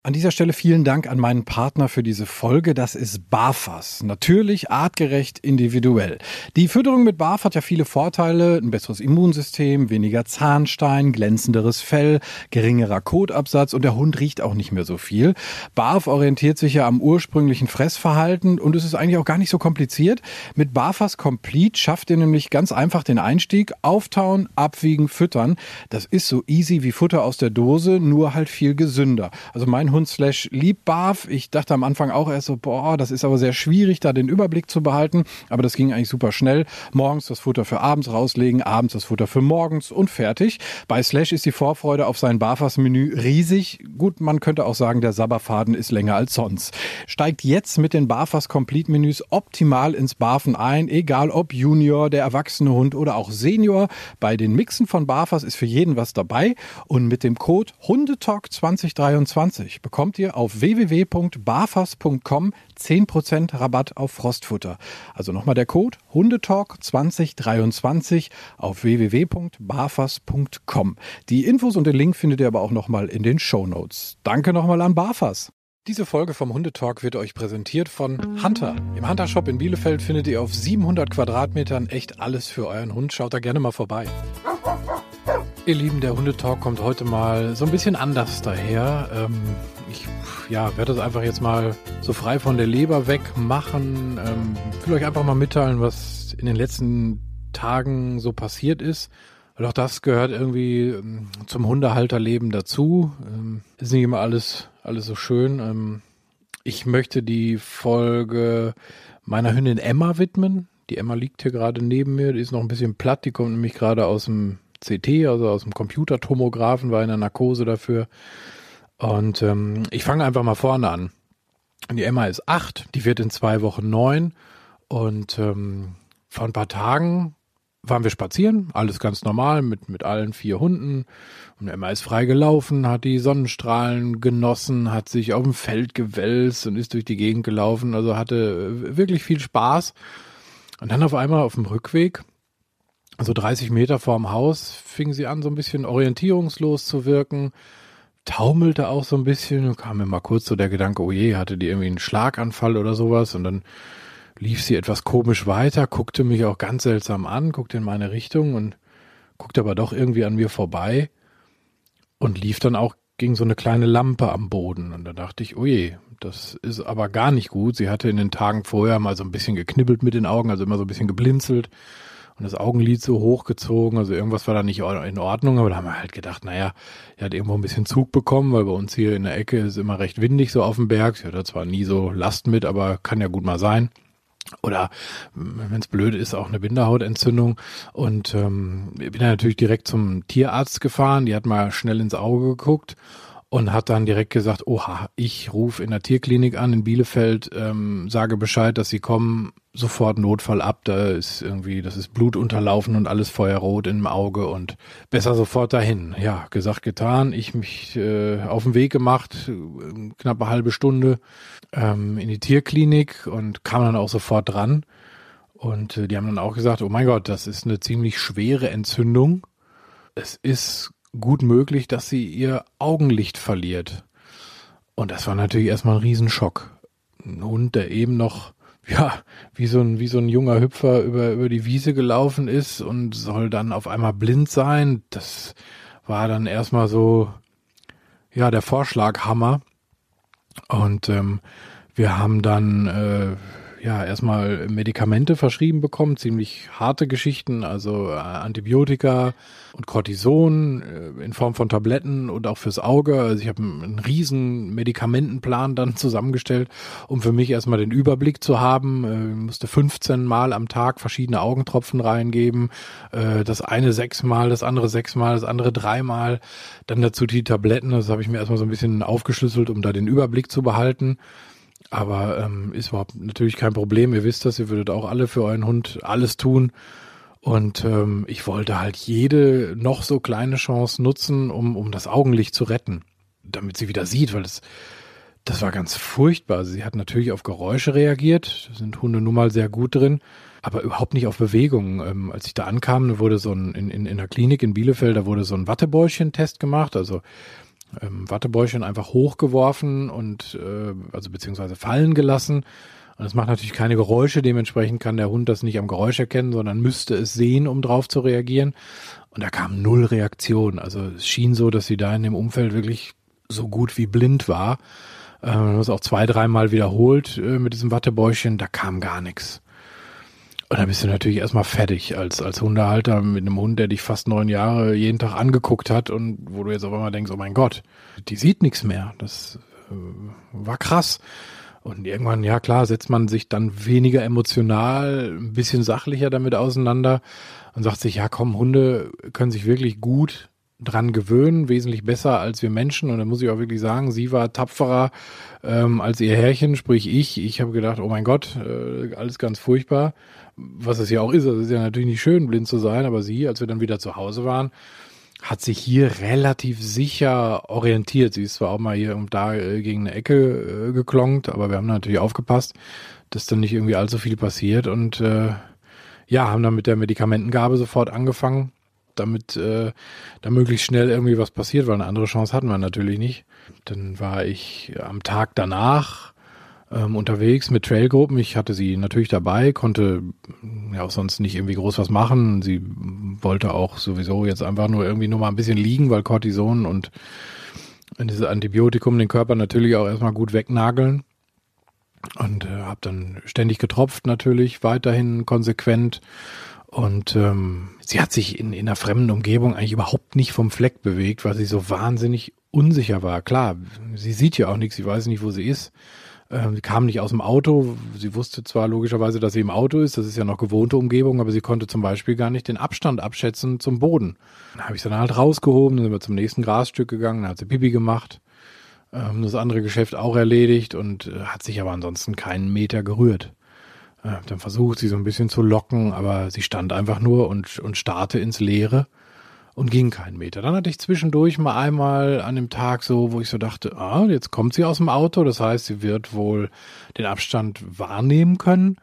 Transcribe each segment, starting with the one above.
An dieser Stelle vielen Dank an meinen Partner für diese Folge. Das ist BAFAS. Natürlich, artgerecht, individuell. Die Fütterung mit BAF hat ja viele Vorteile. Ein besseres Immunsystem, weniger Zahnstein, glänzenderes Fell, geringerer Kotabsatz und der Hund riecht auch nicht mehr so viel. BAF orientiert sich ja am ursprünglichen Fressverhalten und es ist eigentlich auch gar nicht so kompliziert. Mit BAFAS Complete schafft ihr nämlich ganz einfach den Einstieg. Auftauen, abwiegen, füttern. Das ist so easy wie Futter aus der Dose, nur halt viel gesünder. Also mein Hund Slash liebt BAF. Ich dachte am Anfang auch erst so, das ist aber sehr schwierig, da den Überblick zu behalten. Aber das ging eigentlich super schnell. Morgens das Futter für abends rauslegen, abends das Futter für morgens und fertig. Bei Slash ist die Vorfreude auf sein BAFAS-Menü riesig. Gut, man könnte auch sagen, der Sabberfaden ist länger als sonst. Steigt jetzt mit den BAFAS Complete-Menüs optimal ins Barfen ein, egal ob Junior, der erwachsene Hund oder auch Senior. Bei den Mixen von BAFAS ist für jeden was dabei. Und mit dem Code HUNDETALK2023 bekommt ihr auf www.bafas.com 10% Rabatt auf Frostfutter. Also nochmal der Code HUNDETALK2023 auf www.bafas.com. Die Infos und den Link findet ihr aber auch nochmal in den Shownotes. Danke nochmal an BAFAS. Diese Folge vom Hundetalk wird euch präsentiert von Hunter. Im Hunter Shop in Bielefeld findet ihr auf 700 Quadratmetern echt alles für euren Hund. Schaut da gerne mal vorbei. Ihr Lieben, der Hundetalk kommt heute mal so ein bisschen anders daher. Ich werde das einfach jetzt mal so frei von der Leber weg machen. Will euch einfach mal mitteilen, was in den letzten Tagen so passiert ist. Weil auch das gehört irgendwie zum Hundehalterleben dazu. Ist nicht immer alles so schön. Ich möchte die Folge meiner Hündin Emma widmen. Die Emma liegt hier gerade neben mir. Die ist noch ein bisschen platt. Die kommt nämlich gerade aus dem CT, also aus dem Computertomographen, war in der Narkose dafür. Und ich fange einfach mal vorne an. Die Emma ist 8, die wird in 2 Wochen 9. Und vor ein paar Tagen waren wir spazieren, alles ganz normal mit allen 4 Hunden. Und Emma ist frei gelaufen, hat die Sonnenstrahlen genossen, hat sich auf dem Feld gewälzt und ist durch die Gegend gelaufen. Also hatte wirklich viel Spaß. Und dann auf einmal auf dem Rückweg, so 30 Meter vorm Haus, fing sie an, so ein bisschen orientierungslos zu wirken, taumelte auch so ein bisschen, und kam mir mal kurz so der Gedanke, oh je, hatte die irgendwie einen Schlaganfall oder sowas, und dann lief sie etwas komisch weiter, guckte mich auch ganz seltsam an, guckte in meine Richtung und guckte aber doch irgendwie an mir vorbei und lief dann auch gegen so eine kleine Lampe am Boden, und da dachte ich, oh je, das ist aber gar nicht gut. Sie hatte in den Tagen vorher mal so ein bisschen geknibbelt mit den Augen, also immer so ein bisschen geblinzelt, und das Augenlid so hochgezogen, also irgendwas war da nicht in Ordnung, aber da haben wir halt gedacht, naja, er hat irgendwo ein bisschen Zug bekommen, weil bei uns hier in der Ecke ist immer recht windig so auf dem Berg. Sie hat da zwar nie so Last mit, aber kann ja gut mal sein. Oder, wenn es blöd ist, auch eine Bindehautentzündung. Und ich bin dann natürlich direkt zum Tierarzt gefahren, die hat mal schnell ins Auge geguckt und hat dann direkt gesagt, oha, ich rufe in der Tierklinik an in Bielefeld, sage Bescheid, dass sie kommen, sofort Notfall ab, da ist irgendwie, das ist Blut unterlaufen und alles feuerrot im Auge und besser sofort dahin. Ja, gesagt, getan, ich mich auf den Weg gemacht, knapp eine halbe Stunde in die Tierklinik und kam dann auch sofort dran. Und die haben dann auch gesagt, oh mein Gott, das ist eine ziemlich schwere Entzündung. Es ist gut möglich, dass sie ihr Augenlicht verliert. Und das war natürlich erstmal ein Riesenschock. Ein Hund, der eben noch, wie so ein junger Hüpfer über die Wiese gelaufen ist und soll dann auf einmal blind sein. Das war dann erstmal so, der Vorschlaghammer. Und wir haben dann erstmal Medikamente verschrieben bekommen, ziemlich harte Geschichten, also Antibiotika und Cortison in Form von Tabletten und auch fürs Auge. Also ich habe einen riesen Medikamentenplan dann zusammengestellt, um für mich erstmal den Überblick zu haben. Ich musste 15 Mal am Tag verschiedene Augentropfen reingeben, das eine 6 Mal, das andere 6 Mal, das andere 3 Mal, dann dazu die Tabletten. Das habe ich mir erstmal so ein bisschen aufgeschlüsselt, um da den Überblick zu behalten. Aber ist überhaupt natürlich kein Problem. Ihr wisst das, ihr würdet auch alle für euren Hund alles tun. Und ich wollte halt jede noch so kleine Chance nutzen, um das Augenlicht zu retten, damit sie wieder sieht, weil das war ganz furchtbar. Sie hat natürlich auf Geräusche reagiert, da sind Hunde nun mal sehr gut drin, aber überhaupt nicht auf Bewegungen. Als ich da ankam, wurde in der Klinik in Bielefeld, da wurde so ein Wattebäuschen-Test gemacht, also Wattebäuchchen einfach hochgeworfen und also beziehungsweise fallen gelassen. Und das macht natürlich keine Geräusche, dementsprechend kann der Hund das nicht am Geräusch erkennen, sondern müsste es sehen, um drauf zu reagieren. Und da kam null Reaktion. Also es schien so, dass sie da in dem Umfeld wirklich so gut wie blind war. Wir haben es auch 2-3 Mal wiederholt mit diesem Wattebäuchchen, da kam gar nichts. Und dann bist du natürlich erstmal fertig als Hundehalter mit einem Hund, der dich fast 9 Jahre jeden Tag angeguckt hat und wo du jetzt auf einmal denkst, oh mein Gott, die sieht nichts mehr. Das war krass. Und irgendwann, ja klar, setzt man sich dann weniger emotional, ein bisschen sachlicher damit auseinander und sagt sich, ja komm, Hunde können sich wirklich gut dran gewöhnen, wesentlich besser als wir Menschen. Und da muss ich auch wirklich sagen, sie war tapferer als ihr Herrchen, sprich ich. Ich habe gedacht, oh mein Gott, alles ganz furchtbar. Was es ja auch ist, es ist ja natürlich nicht schön, blind zu sein, aber sie, als wir dann wieder zu Hause waren, hat sich hier relativ sicher orientiert. Sie ist zwar auch mal hier und da gegen eine Ecke geklonkt, aber wir haben natürlich aufgepasst, dass dann nicht irgendwie allzu viel passiert und haben dann mit der Medikamentengabe sofort angefangen, damit da möglichst schnell irgendwie was passiert, weil eine andere Chance hatten wir natürlich nicht. Dann war ich am Tag danach unterwegs mit Trailgruppen. Ich hatte sie natürlich dabei, konnte ja auch sonst nicht irgendwie groß was machen. Sie wollte auch sowieso jetzt einfach nur mal ein bisschen liegen, weil Cortison und dieses Antibiotikum den Körper natürlich auch erstmal gut wegnageln. Und habe dann ständig getropft natürlich, weiterhin konsequent. Und sie hat sich in einer fremden Umgebung eigentlich überhaupt nicht vom Fleck bewegt, weil sie so wahnsinnig unsicher war. Klar, sie sieht ja auch nichts, sie weiß nicht, wo sie ist. Sie kam nicht aus dem Auto. Sie wusste zwar logischerweise, dass sie im Auto ist, das ist ja noch gewohnte Umgebung, aber sie konnte zum Beispiel gar nicht den Abstand abschätzen zum Boden. Dann habe ich sie dann halt rausgehoben, dann sind wir zum nächsten Grasstück gegangen, dann hat sie Pipi gemacht, das andere Geschäft auch erledigt und hat sich aber ansonsten keinen Meter gerührt. Dann versucht sie so ein bisschen zu locken, aber sie stand einfach nur und starrte ins Leere und ging keinen Meter. Dann hatte ich zwischendurch mal einmal an dem Tag so, wo ich so dachte, jetzt kommt sie aus dem Auto, das heißt, sie wird wohl den Abstand wahrnehmen können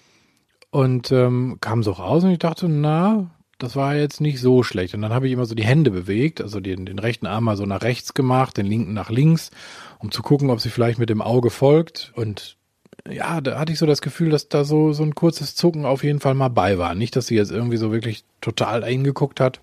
und kam so raus und ich dachte, das war jetzt nicht so schlecht. Und dann habe ich immer so die Hände bewegt, also den rechten Arm mal so nach rechts gemacht, den linken nach links, um zu gucken, ob sie vielleicht mit dem Auge folgt. Und ja, da hatte ich so das Gefühl, dass da so ein kurzes Zucken auf jeden Fall mal bei war. Nicht, dass sie jetzt irgendwie so wirklich total hingeguckt hat.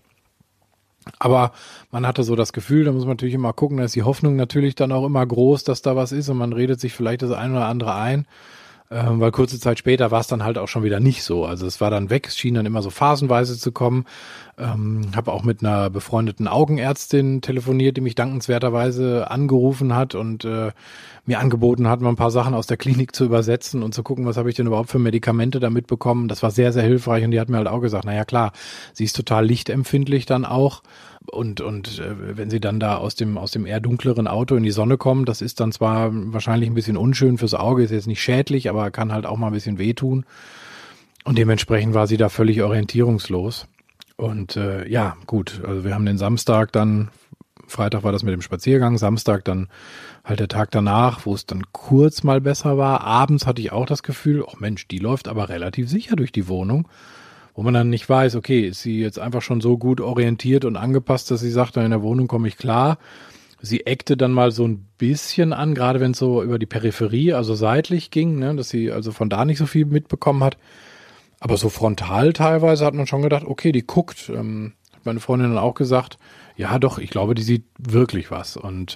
Aber man hatte so das Gefühl, da muss man natürlich immer gucken, da ist die Hoffnung natürlich dann auch immer groß, dass da was ist und man redet sich vielleicht das eine oder andere ein, weil kurze Zeit später war es dann halt auch schon wieder nicht so. Also es war dann weg, es schien dann immer so phasenweise zu kommen. Habe auch mit einer befreundeten Augenärztin telefoniert, die mich dankenswerterweise angerufen hat und mir angeboten hat, mal ein paar Sachen aus der Klinik zu übersetzen und zu gucken, was habe ich denn überhaupt für Medikamente da mitbekommen. Das war sehr, sehr hilfreich und die hat mir halt auch gesagt, naja klar, sie ist total lichtempfindlich dann auch und wenn sie dann da aus dem eher dunkleren Auto in die Sonne kommen, das ist dann zwar wahrscheinlich ein bisschen unschön fürs Auge, ist jetzt nicht schädlich, aber kann halt auch mal ein bisschen wehtun und dementsprechend war sie da völlig orientierungslos. Und gut, also wir haben den Samstag dann, Freitag war das mit dem Spaziergang, Samstag dann halt der Tag danach, wo es dann kurz mal besser war. Abends hatte ich auch das Gefühl, oh Mensch, die läuft aber relativ sicher durch die Wohnung, wo man dann nicht weiß, okay, ist sie jetzt einfach schon so gut orientiert und angepasst, dass sie sagt, in der Wohnung komme ich klar. Sie eckte dann mal so ein bisschen an, gerade wenn es so über die Peripherie, also seitlich ging, ne, dass sie also von da nicht so viel mitbekommen hat. Aber so frontal teilweise hat man schon gedacht, okay, die guckt. Hat meine Freundin dann auch gesagt, ja doch, ich glaube, die sieht wirklich was. Und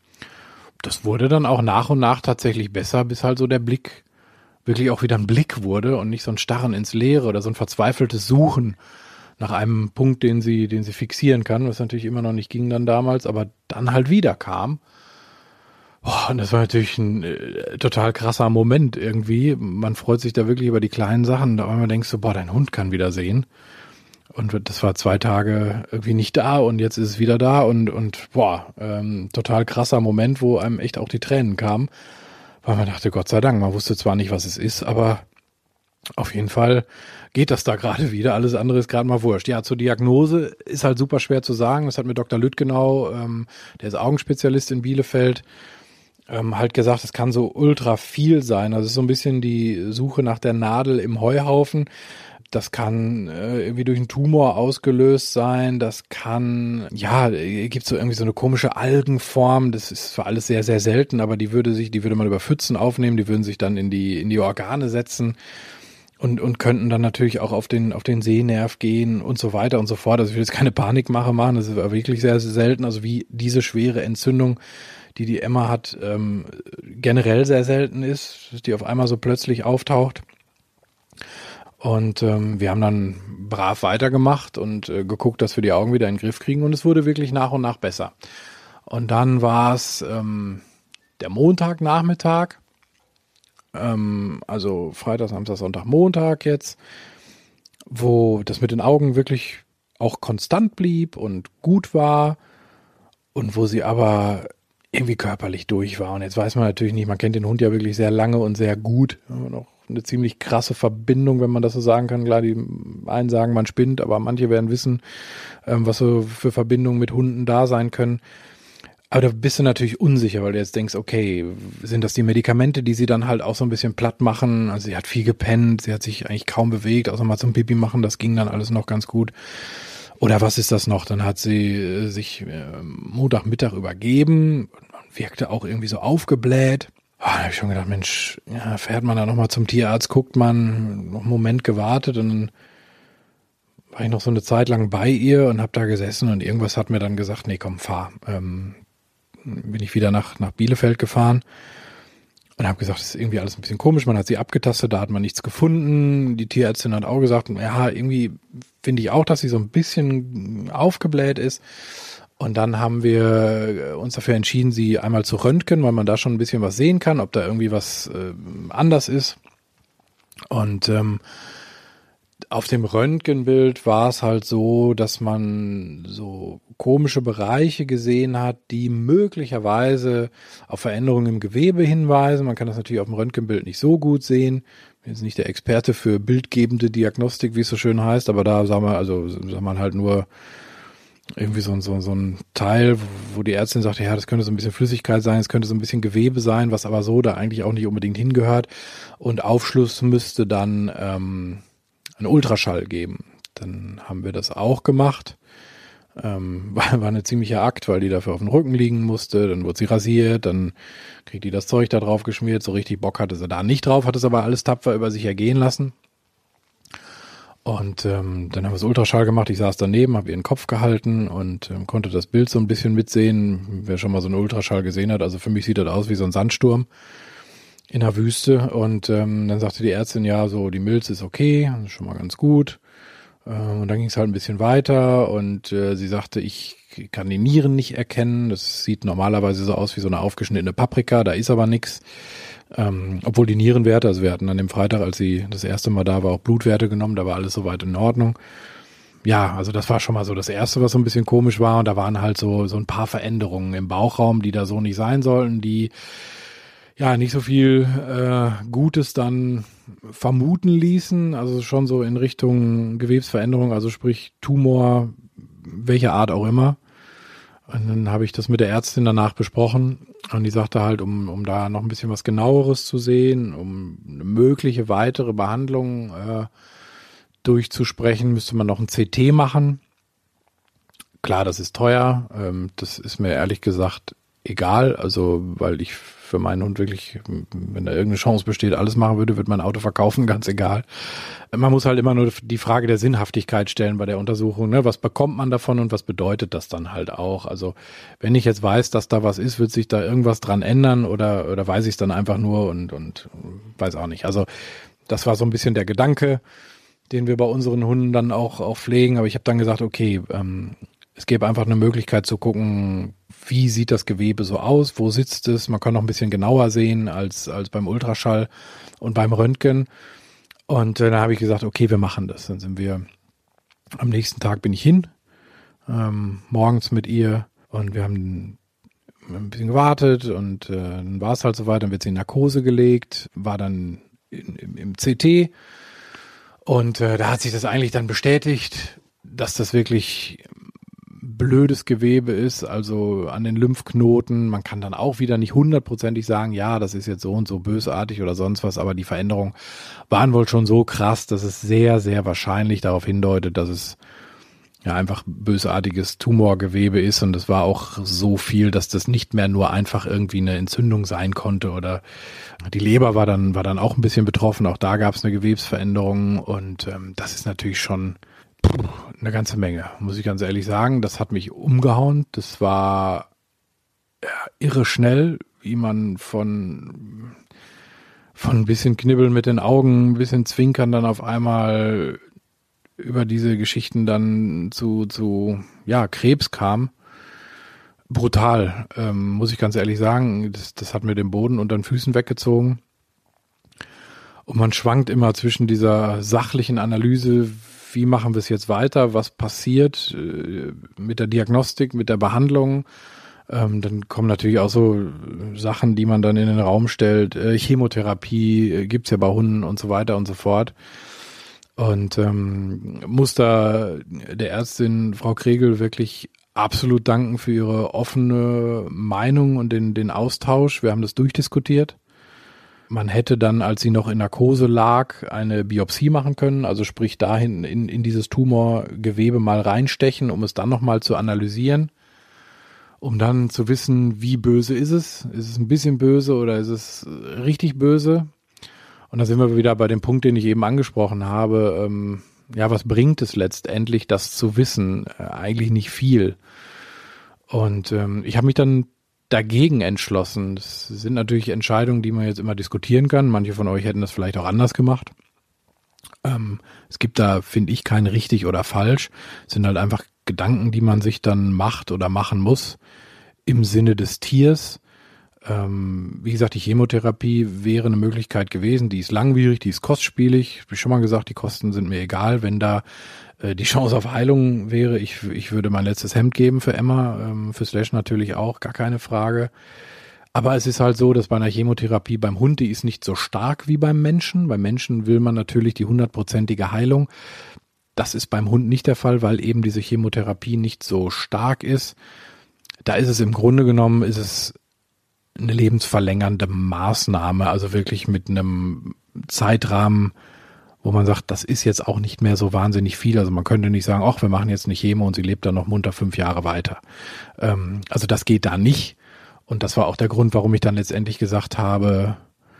das wurde dann auch nach und nach tatsächlich besser, bis halt so der Blick wirklich auch wieder ein Blick wurde und nicht so ein Starren ins Leere oder so ein verzweifeltes Suchen nach einem Punkt, den sie fixieren kann, was natürlich immer noch nicht ging dann damals, aber dann halt wieder kam. Und das war natürlich ein total krasser Moment irgendwie. Man freut sich da wirklich über die kleinen Sachen. Da man denkst du, dein Hund kann wieder sehen. Und das war 2 Tage irgendwie nicht da und jetzt ist es wieder da und total krasser Moment, wo einem echt auch die Tränen kamen. Weil man dachte, Gott sei Dank, man wusste zwar nicht, was es ist, aber auf jeden Fall geht das da gerade wieder. Alles andere ist gerade mal wurscht. Ja, zur Diagnose ist halt super schwer zu sagen. Das hat mir Dr. Lüttgenau, der ist Augenspezialist in Bielefeld, halt gesagt, es kann so ultra viel sein. Also es ist so ein bisschen die Suche nach der Nadel im Heuhaufen. Das kann irgendwie durch einen Tumor ausgelöst sein. Das kann, gibt so irgendwie so eine komische Algenform. Das ist zwar alles sehr, sehr selten, aber die würde man über Pfützen aufnehmen. Die würden sich dann in die Organe setzen und könnten dann natürlich auch auf den Sehnerv gehen und so weiter und so fort. Also ich will jetzt keine Panikmache machen. Das ist aber wirklich sehr, sehr selten. Also wie diese schwere Entzündung, die Emma hat, generell sehr selten ist, dass die auf einmal so plötzlich auftaucht. Und wir haben dann brav weitergemacht und geguckt, dass wir die Augen wieder in den Griff kriegen. Und es wurde wirklich nach und nach besser. Und dann war es der Montagnachmittag, also Freitag, Samstag, Sonntag, Montag jetzt, wo das mit den Augen wirklich auch konstant blieb und gut war und wo sie aber irgendwie körperlich durch war. Und jetzt weiß man natürlich nicht, man kennt den Hund ja wirklich sehr lange und sehr gut. Noch eine ziemlich krasse Verbindung, wenn man das so sagen kann. Klar, die einen sagen, man spinnt, aber manche werden wissen, was so für Verbindungen mit Hunden da sein können. Aber da bist du natürlich unsicher, weil du jetzt denkst, okay, sind das die Medikamente, die sie dann halt auch so ein bisschen platt machen? Also sie hat viel gepennt, sie hat sich eigentlich kaum bewegt, außer mal zum Pipi machen, das ging dann alles noch ganz gut. Oder was ist das noch? Dann hat sie sich Montagmittag übergeben und wirkte auch irgendwie so aufgebläht. Da habe ich schon gedacht, Mensch, ja, fährt man da nochmal zum Tierarzt, guckt man, noch einen Moment gewartet und dann war ich noch so eine Zeit lang bei ihr und habe da gesessen und irgendwas hat mir dann gesagt, nee, komm, fahr. Bin ich wieder nach Bielefeld gefahren und habe gesagt, das ist irgendwie alles ein bisschen komisch. Man hat sie abgetastet, da hat man nichts gefunden. Die Tierärztin hat auch gesagt, ja, irgendwie finde ich auch, dass sie so ein bisschen aufgebläht ist. Und dann haben wir uns dafür entschieden, sie einmal zu röntgen, weil man da schon ein bisschen was sehen kann, ob da irgendwie was anders ist. Und auf dem Röntgenbild war es halt so, dass man so komische Bereiche gesehen hat, die möglicherweise auf Veränderungen im Gewebe hinweisen. Man kann das natürlich auf dem Röntgenbild nicht so gut sehen. Ich bin jetzt nicht der Experte für bildgebende Diagnostik, wie es so schön heißt, aber da sah man halt nur irgendwie so ein Teil, wo die Ärztin sagte, ja, das könnte so ein bisschen Flüssigkeit sein, es könnte so ein bisschen Gewebe sein, was aber so da eigentlich auch nicht unbedingt hingehört. Und Aufschluss müsste dann einen Ultraschall geben. Dann haben wir das auch gemacht. War eine ziemliche Akt, weil die dafür auf dem Rücken liegen musste. Dann wurde sie rasiert, dann kriegt die das Zeug da drauf geschmiert. So richtig Bock hatte sie da nicht drauf, hat es aber alles tapfer über sich ergehen lassen. Und dann haben wir das Ultraschall gemacht. Ich saß daneben, habe ihren Kopf gehalten und konnte das Bild so ein bisschen mitsehen. Wer schon mal so einen Ultraschall gesehen hat, also für mich sieht das aus wie so ein Sandsturm in der Wüste. Und dann sagte die Ärztin, ja, so die Milz ist okay, das ist schon mal ganz gut. Und dann ging es halt ein bisschen weiter und sie sagte, ich kann die Nieren nicht erkennen. Das sieht normalerweise so aus wie so eine aufgeschnittene Paprika, da ist aber nichts. Obwohl die Nierenwerte, also wir hatten an dem Freitag, als sie das erste Mal da war, auch Blutwerte genommen, da war alles soweit in Ordnung. Ja, also das war schon mal so das Erste, was so ein bisschen komisch war. Und da waren halt so ein paar Veränderungen im Bauchraum, die da so nicht sein sollten, die ja nicht so viel Gutes dann vermuten ließen. Also schon so in Richtung Gewebsveränderung, also sprich Tumor, welcher Art auch immer. Und dann habe ich das mit der Ärztin danach besprochen und die sagte halt, um da noch ein bisschen was Genaueres zu sehen, um eine mögliche weitere Behandlung durchzusprechen, müsste man noch ein CT machen. Klar, das ist teuer. Das ist mir ehrlich gesagt egal, also weil ich für meinen Hund wirklich, wenn da irgendeine Chance besteht, alles machen würde mein Auto verkaufen, ganz egal. Man muss halt immer nur die Frage der Sinnhaftigkeit stellen bei der Untersuchung, ne? Was bekommt man davon und was bedeutet das dann halt auch? Also wenn ich jetzt weiß, dass da was ist, wird sich da irgendwas dran ändern oder weiß ich es dann einfach nur und weiß auch nicht. Also das war so ein bisschen der Gedanke, den wir bei unseren Hunden dann auch pflegen, aber ich habe dann gesagt, okay, es gäbe einfach eine Möglichkeit zu gucken, wie sieht das Gewebe so aus, wo sitzt es, man kann noch ein bisschen genauer sehen als beim Ultraschall und beim Röntgen. Und dann habe ich gesagt, okay, wir machen das. Dann sind wir, am nächsten Tag bin ich hin, morgens mit ihr und wir haben ein bisschen gewartet und dann war es halt soweit, dann wird sie in Narkose gelegt, war dann im CT und da hat sich das eigentlich dann bestätigt, dass das wirklich blödes Gewebe ist, also an den Lymphknoten. Man kann dann auch wieder nicht hundertprozentig sagen, ja, das ist jetzt so und so bösartig oder sonst was, aber die Veränderungen waren wohl schon so krass, dass es sehr, sehr wahrscheinlich darauf hindeutet, dass es ja einfach bösartiges Tumorgewebe ist, und es war auch so viel, dass das nicht mehr nur einfach irgendwie eine Entzündung sein konnte, oder die Leber war dann auch ein bisschen betroffen, auch da gab es eine Gewebsveränderung, und das ist natürlich schon eine ganze Menge, muss ich ganz ehrlich sagen. Das hat mich umgehauen, das war irre schnell, wie man von ein bisschen Knibbeln mit den Augen, ein bisschen Zwinkern dann auf einmal über diese Geschichten dann zu Krebs kam. Brutal, muss ich ganz ehrlich sagen. Das hat mir den Boden unter den Füßen weggezogen. Und man schwankt immer zwischen dieser sachlichen Analyse, wie machen wir es jetzt weiter, was passiert mit der Diagnostik, mit der Behandlung. Dann kommen natürlich auch so Sachen, die man dann in den Raum stellt. Chemotherapie gibt's ja bei Hunden und so weiter und so fort. Und muss da der Ärztin Frau Kregel wirklich absolut danken für ihre offene Meinung und den Austausch. Wir haben das durchdiskutiert. Man hätte dann, als sie noch in Narkose lag, eine Biopsie machen können, also sprich dahin in dieses Tumorgewebe mal reinstechen, um es dann nochmal zu analysieren, um dann zu wissen, wie böse ist es? Ist es ein bisschen böse oder ist es richtig böse? Und da sind wir wieder bei dem Punkt, den ich eben angesprochen habe. Was bringt es letztendlich, das zu wissen? Eigentlich nicht viel. Und ich habe mich dann dagegen entschlossen. Das sind natürlich Entscheidungen, die man jetzt immer diskutieren kann. Manche von euch hätten das vielleicht auch anders gemacht. Es gibt da, finde ich, kein richtig oder falsch. Es sind halt einfach Gedanken, die man sich dann macht oder machen muss im Sinne des Tiers. Wie gesagt, die Chemotherapie wäre eine Möglichkeit gewesen. Die ist langwierig, die ist kostspielig. Wie schon mal gesagt, die Kosten sind mir egal. Wenn da die Chance auf Heilung wäre, ich würde mein letztes Hemd geben für Emma, für Slash natürlich auch, gar keine Frage. Aber es ist halt so, dass bei einer Chemotherapie beim Hund, die ist nicht so stark wie beim Menschen. Beim Menschen will man natürlich die 100%ige Heilung. Das ist beim Hund nicht der Fall, weil eben diese Chemotherapie nicht so stark ist. Da ist es im Grunde genommen, ist es eine lebensverlängernde Maßnahme, also wirklich mit einem Zeitrahmen, wo man sagt, das ist jetzt auch nicht mehr so wahnsinnig viel. Also man könnte nicht sagen, ach, wir machen jetzt eine Chemo und sie lebt dann noch munter 5 Jahre weiter. Also das geht da nicht. Und das war auch der Grund, warum ich dann letztendlich gesagt habe,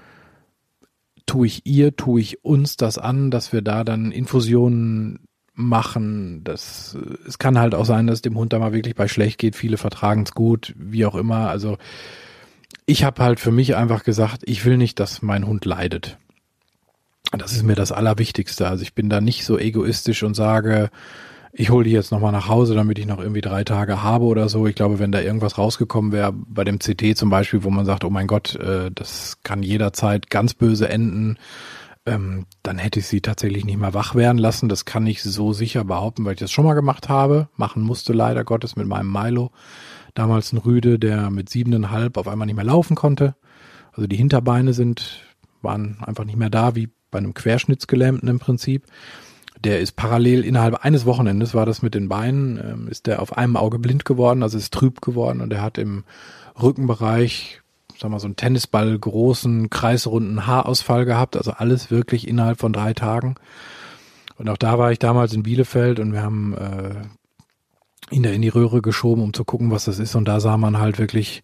tue ich uns das an, dass wir da dann Infusionen machen. Es kann halt auch sein, dass es dem Hund da mal wirklich bei schlecht geht. Viele vertragen es gut, wie auch immer. Also ich habe halt für mich einfach gesagt, ich will nicht, dass mein Hund leidet. Das ist mir das Allerwichtigste. Also ich bin da nicht so egoistisch und sage, ich hole die jetzt nochmal nach Hause, damit ich noch irgendwie 3 Tage habe oder so. Ich glaube, wenn da irgendwas rausgekommen wäre, bei dem CT zum Beispiel, wo man sagt, oh mein Gott, das kann jederzeit ganz böse enden, dann hätte ich sie tatsächlich nicht mehr wach werden lassen. Das kann ich so sicher behaupten, weil ich das schon mal gemacht habe. Machen musste leider Gottes mit meinem Milo. Damals ein Rüde, der mit 7,5 auf einmal nicht mehr laufen konnte. Also die Hinterbeine waren einfach nicht mehr da, wie bei einem Querschnittsgelähmten im Prinzip. Der ist parallel innerhalb eines Wochenendes, war das mit den Beinen, ist der auf einem Auge blind geworden, also ist trüb geworden, und er hat im Rückenbereich, sagen wir mal, so einen Tennisball großen, kreisrunden Haarausfall gehabt, also alles wirklich innerhalb von 3 Tagen. Und auch da war ich damals in Bielefeld und wir haben ihn da in die Röhre geschoben, um zu gucken, was das ist, und da sah man halt wirklich,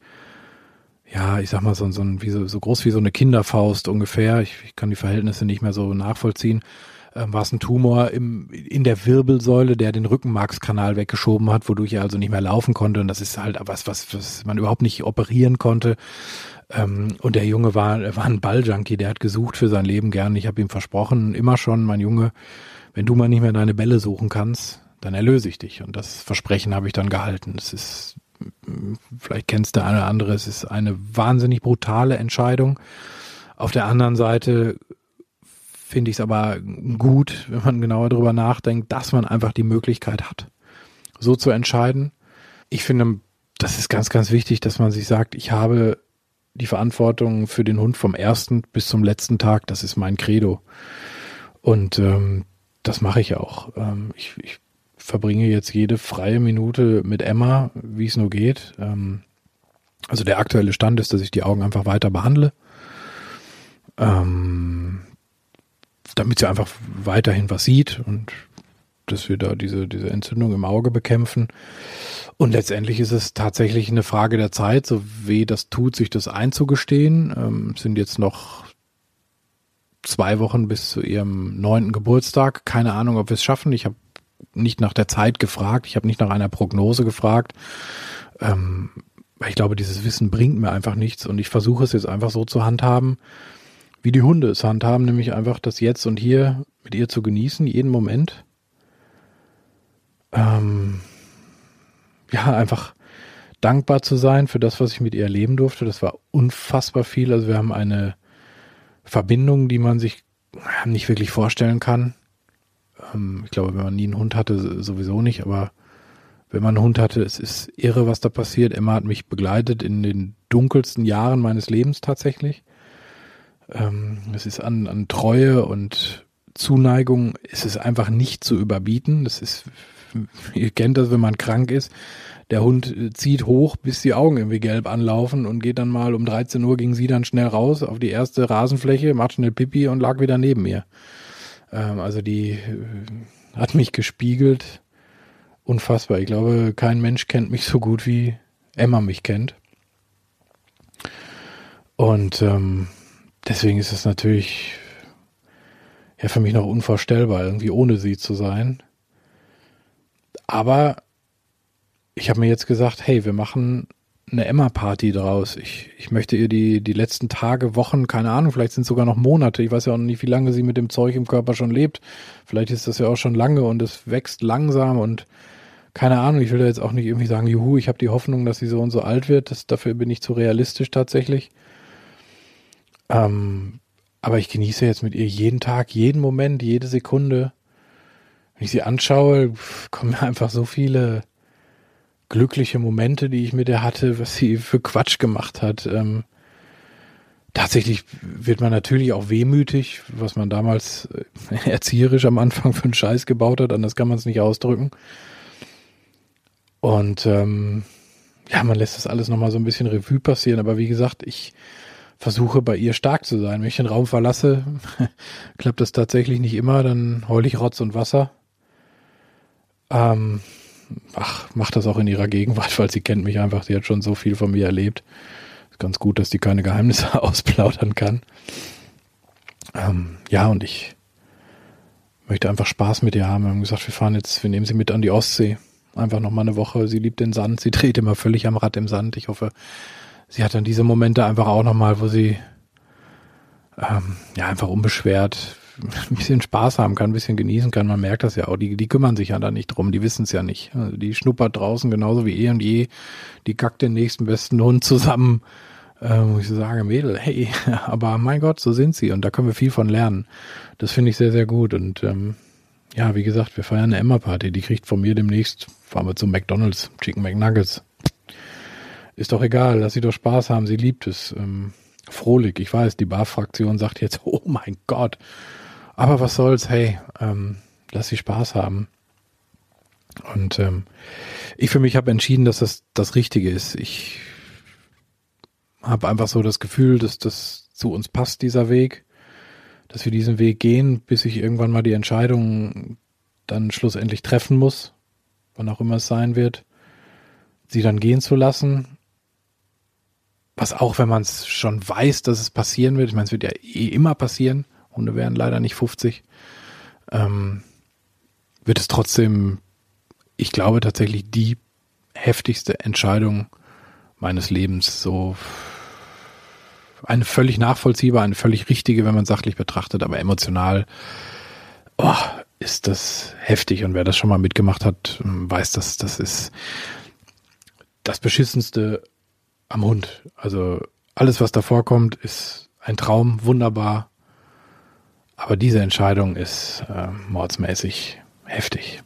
ja, ich sag mal, so groß wie so eine Kinderfaust ungefähr. Ich kann die Verhältnisse nicht mehr so nachvollziehen. War es ein Tumor in der Wirbelsäule, der den Rückenmarkskanal weggeschoben hat, wodurch er also nicht mehr laufen konnte. Und das ist halt was man überhaupt nicht operieren konnte. Und der Junge war ein Balljunkie, der hat gesucht für sein Leben gern. Ich habe ihm versprochen, immer schon, mein Junge, wenn du mal nicht mehr deine Bälle suchen kannst, dann erlöse ich dich. Und das Versprechen habe ich dann gehalten. Das ist, vielleicht kennst der eine oder andere, es ist eine wahnsinnig brutale Entscheidung. Auf der anderen Seite finde ich es aber gut, wenn man genauer darüber nachdenkt, dass man einfach die Möglichkeit hat, so zu entscheiden. Ich finde, das ist ganz, ganz wichtig, dass man sich sagt, ich habe die Verantwortung für den Hund vom ersten bis zum letzten Tag. Das ist mein Credo. Und das mache ich auch. Ich verbringe jetzt jede freie Minute mit Emma, wie es nur geht. Also der aktuelle Stand ist, dass ich die Augen einfach weiter behandle, damit sie einfach weiterhin was sieht und dass wir da diese Entzündung im Auge bekämpfen. Und letztendlich ist es tatsächlich eine Frage der Zeit, so weh das tut, sich das einzugestehen. Es sind jetzt noch 2 Wochen bis zu ihrem 9. Geburtstag. Keine Ahnung, ob wir es schaffen. Ich habe nicht nach der Zeit gefragt. Ich habe nicht nach einer Prognose gefragt. Weil ich glaube, dieses Wissen bringt mir einfach nichts. Und ich versuche es jetzt einfach so zu handhaben, wie die Hunde es handhaben. Nämlich einfach das Jetzt und Hier mit ihr zu genießen, jeden Moment. Einfach dankbar zu sein für das, was ich mit ihr erleben durfte. Das war unfassbar viel. Also wir haben eine Verbindung, die man sich nicht wirklich vorstellen kann. Ich glaube, wenn man nie einen Hund hatte, sowieso nicht, aber wenn man einen Hund hatte, es ist irre, was da passiert. Emma hat mich begleitet in den dunkelsten Jahren meines Lebens tatsächlich. Es ist an Treue und Zuneigung, es ist einfach nicht zu überbieten. Das ist, ihr kennt das, wenn man krank ist. Der Hund zieht hoch, bis die Augen irgendwie gelb anlaufen und geht dann mal um 13 Uhr, ging sie dann schnell raus auf die erste Rasenfläche, macht schnell Pipi und lag wieder neben mir. Also die hat mich gespiegelt. Unfassbar. Ich glaube, kein Mensch kennt mich so gut, wie Emma mich kennt. Und deswegen ist es natürlich für mich noch unvorstellbar, irgendwie ohne sie zu sein. Aber ich habe mir jetzt gesagt, hey, wir machen eine Emma-Party draus. Ich möchte ihr die letzten Tage, Wochen, keine Ahnung, vielleicht sind es sogar noch Monate. Ich weiß ja auch nicht, wie lange sie mit dem Zeug im Körper schon lebt. Vielleicht ist das ja auch schon lange und es wächst langsam und keine Ahnung. Ich will da jetzt auch nicht irgendwie sagen, juhu, ich habe die Hoffnung, dass sie so und so alt wird. Dafür bin ich zu realistisch tatsächlich. Aber ich genieße jetzt mit ihr jeden Tag, jeden Moment, jede Sekunde. Wenn ich sie anschaue, kommen mir einfach so viele glückliche Momente, die ich mit ihr hatte, was sie für Quatsch gemacht hat. Tatsächlich wird man natürlich auch wehmütig, was man damals erzieherisch am Anfang für einen Scheiß gebaut hat, anders kann man es nicht ausdrücken. Und man lässt das alles nochmal so ein bisschen Revue passieren, aber wie gesagt, ich versuche bei ihr stark zu sein. Wenn ich den Raum verlasse, klappt das tatsächlich nicht immer, dann heule ich Rotz und Wasser. Macht das auch in ihrer Gegenwart, weil sie kennt mich einfach, sie hat schon so viel von mir erlebt. Ist ganz gut, dass die keine Geheimnisse ausplaudern kann. Und ich möchte einfach Spaß mit ihr haben. Wir haben gesagt, wir nehmen sie mit an die Ostsee. Einfach nochmal eine Woche. Sie liebt den Sand, sie dreht immer völlig am Rad im Sand. Ich hoffe, sie hat dann diese Momente einfach auch nochmal, wo sie einfach unbeschwert ein bisschen Spaß haben kann, ein bisschen genießen kann. Man merkt das ja auch. Die kümmern sich ja da nicht drum, die wissen es ja nicht. Also die schnuppert draußen genauso wie eh und je. Die kackt den nächsten besten Hund zusammen. Wo ich so sage, Mädel, hey, aber mein Gott, so sind sie und da können wir viel von lernen. Das finde ich sehr, sehr gut und wie gesagt, wir feiern eine Emma-Party. Die kriegt von mir demnächst, fahren wir zum McDonald's, Chicken McNuggets. Ist doch egal, lass sie doch Spaß haben, sie liebt es. Frohlich, ich weiß, die Bar-Fraktion sagt jetzt, oh mein Gott, aber was soll's, hey, lass sie Spaß haben. Und ich für mich habe entschieden, dass das Richtige ist. Ich habe einfach so das Gefühl, dass das zu uns passt, dieser Weg, dass wir diesen Weg gehen, bis ich irgendwann mal die Entscheidung dann schlussendlich treffen muss, wann auch immer es sein wird, sie dann gehen zu lassen. Was auch, wenn man es schon weiß, dass es passieren wird, ich meine, es wird ja immer passieren, Hunde werden leider nicht 50, wird es trotzdem, ich glaube tatsächlich die heftigste Entscheidung meines Lebens, so eine völlig nachvollziehbar, eine völlig richtige, wenn man sachlich betrachtet, aber emotional ist das heftig und wer das schon mal mitgemacht hat, weiß, dass das ist das Beschissenste am Hund. Also alles, was davor kommt, ist ein Traum, wunderbar, aber diese Entscheidung ist mordsmäßig heftig.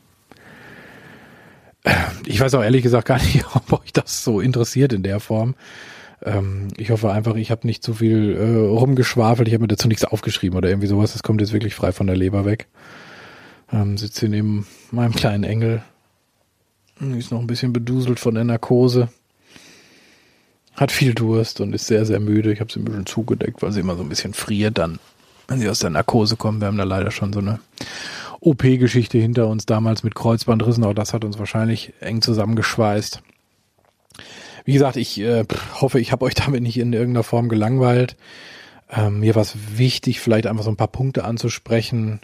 Ich weiß auch ehrlich gesagt gar nicht, ob euch das so interessiert in der Form. Ich hoffe einfach, ich habe nicht zu viel rumgeschwafelt, ich habe mir dazu nichts aufgeschrieben oder irgendwie sowas. Das kommt jetzt wirklich frei von der Leber weg. Sitze hier neben meinem kleinen Engel Die ist noch ein bisschen beduselt von der Narkose. Hat viel Durst und ist sehr, sehr müde. Ich habe sie ein bisschen zugedeckt, weil sie immer so ein bisschen friert dann, wenn sie aus der Narkose kommen. Wir haben da leider schon so eine OP-Geschichte hinter uns, damals mit Kreuzbandrissen. Auch das hat uns wahrscheinlich eng zusammengeschweißt. Wie gesagt, ich hoffe, ich habe euch damit nicht in irgendeiner Form gelangweilt. Mir war es wichtig, vielleicht einfach so ein paar Punkte anzusprechen,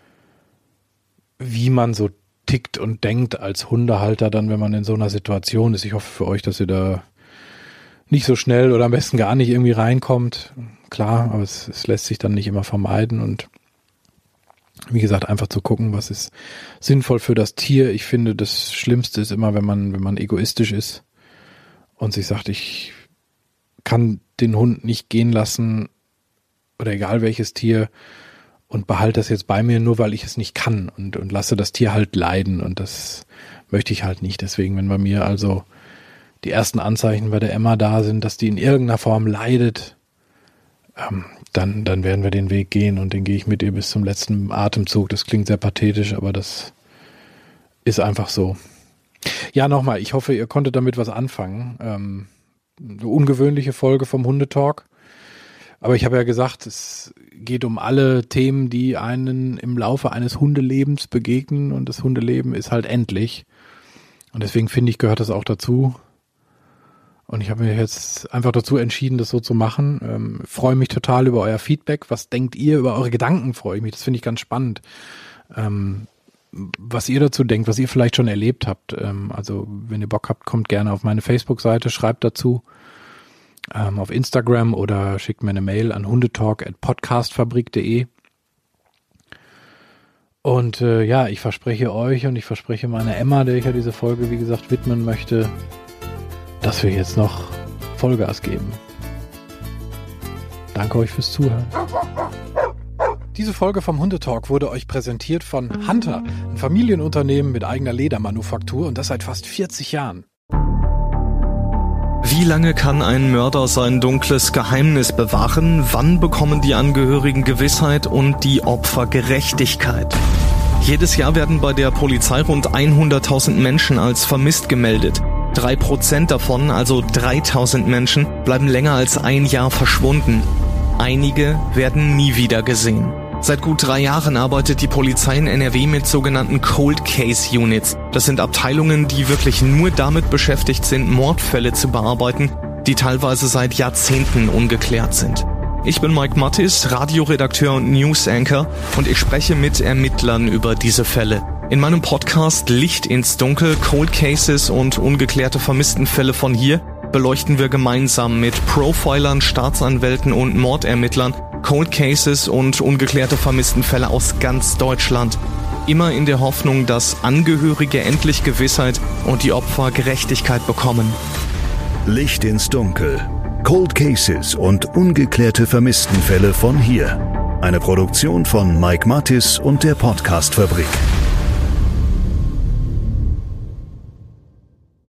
wie man so tickt und denkt als Hundehalter dann, wenn man in so einer Situation ist. Ich hoffe für euch, dass ihr da nicht so schnell oder am besten gar nicht irgendwie reinkommt. Klar, aber es lässt sich dann nicht immer vermeiden und wie gesagt, einfach zu gucken, was ist sinnvoll für das Tier. Ich finde, das Schlimmste ist immer, wenn man egoistisch ist und sich sagt, ich kann den Hund nicht gehen lassen oder egal welches Tier und behalte das jetzt bei mir, nur weil ich es nicht kann und lasse das Tier halt leiden und das möchte ich halt nicht. Deswegen, wenn bei mir also die ersten Anzeichen bei der Emma da sind, dass die in irgendeiner Form leidet, dann werden wir den Weg gehen und den gehe ich mit ihr bis zum letzten Atemzug. Das klingt sehr pathetisch, aber das ist einfach so. Ja, nochmal, ich hoffe, ihr konntet damit was anfangen. Eine ungewöhnliche Folge vom Hundetalk. Aber ich habe ja gesagt, es geht um alle Themen, die einen im Laufe eines Hundelebens begegnen und das Hundeleben ist halt endlich. Und deswegen finde ich, gehört das auch dazu. Und ich habe mir jetzt einfach dazu entschieden, das so zu machen. Freue mich total über euer Feedback. Was denkt ihr über eure Gedanken? Freue ich mich. Das finde ich ganz spannend. Was ihr dazu denkt, was ihr vielleicht schon erlebt habt. Also wenn ihr Bock habt, kommt gerne auf meine Facebook-Seite, schreibt dazu. Auf Instagram oder schickt mir eine Mail an hundetalk@podcastfabrik.de. Und ja, ich verspreche euch und ich verspreche meiner Emma, der ich ja diese Folge, wie gesagt, widmen möchte, dass wir jetzt noch Vollgas geben. Danke euch fürs Zuhören. Diese Folge vom Hundetalk wurde euch präsentiert von Hunter, ein Familienunternehmen mit eigener Ledermanufaktur und das seit fast 40 Jahren. Wie lange kann ein Mörder sein dunkles Geheimnis bewahren? Wann bekommen die Angehörigen Gewissheit und die Opfer Gerechtigkeit? Jedes Jahr werden bei der Polizei rund 100.000 Menschen als vermisst gemeldet. 3% davon, also 3.000 Menschen, bleiben länger als ein Jahr verschwunden. Einige werden nie wieder gesehen. Seit gut 3 Jahren arbeitet die Polizei in NRW mit sogenannten Cold Case Units. Das sind Abteilungen, die wirklich nur damit beschäftigt sind, Mordfälle zu bearbeiten, die teilweise seit Jahrzehnten ungeklärt sind. Ich bin Mike Mattis, Radioredakteur und News-Anchor und ich spreche mit Ermittlern über diese Fälle. In meinem Podcast Licht ins Dunkel, Cold Cases und ungeklärte Vermisstenfälle von hier beleuchten wir gemeinsam mit Profilern, Staatsanwälten und Mordermittlern Cold Cases und ungeklärte Vermisstenfälle aus ganz Deutschland. Immer in der Hoffnung, dass Angehörige endlich Gewissheit und die Opfer Gerechtigkeit bekommen. Licht ins Dunkel. Cold Cases und ungeklärte Vermisstenfälle von hier. Eine Produktion von Mike Mattis und der Podcastfabrik.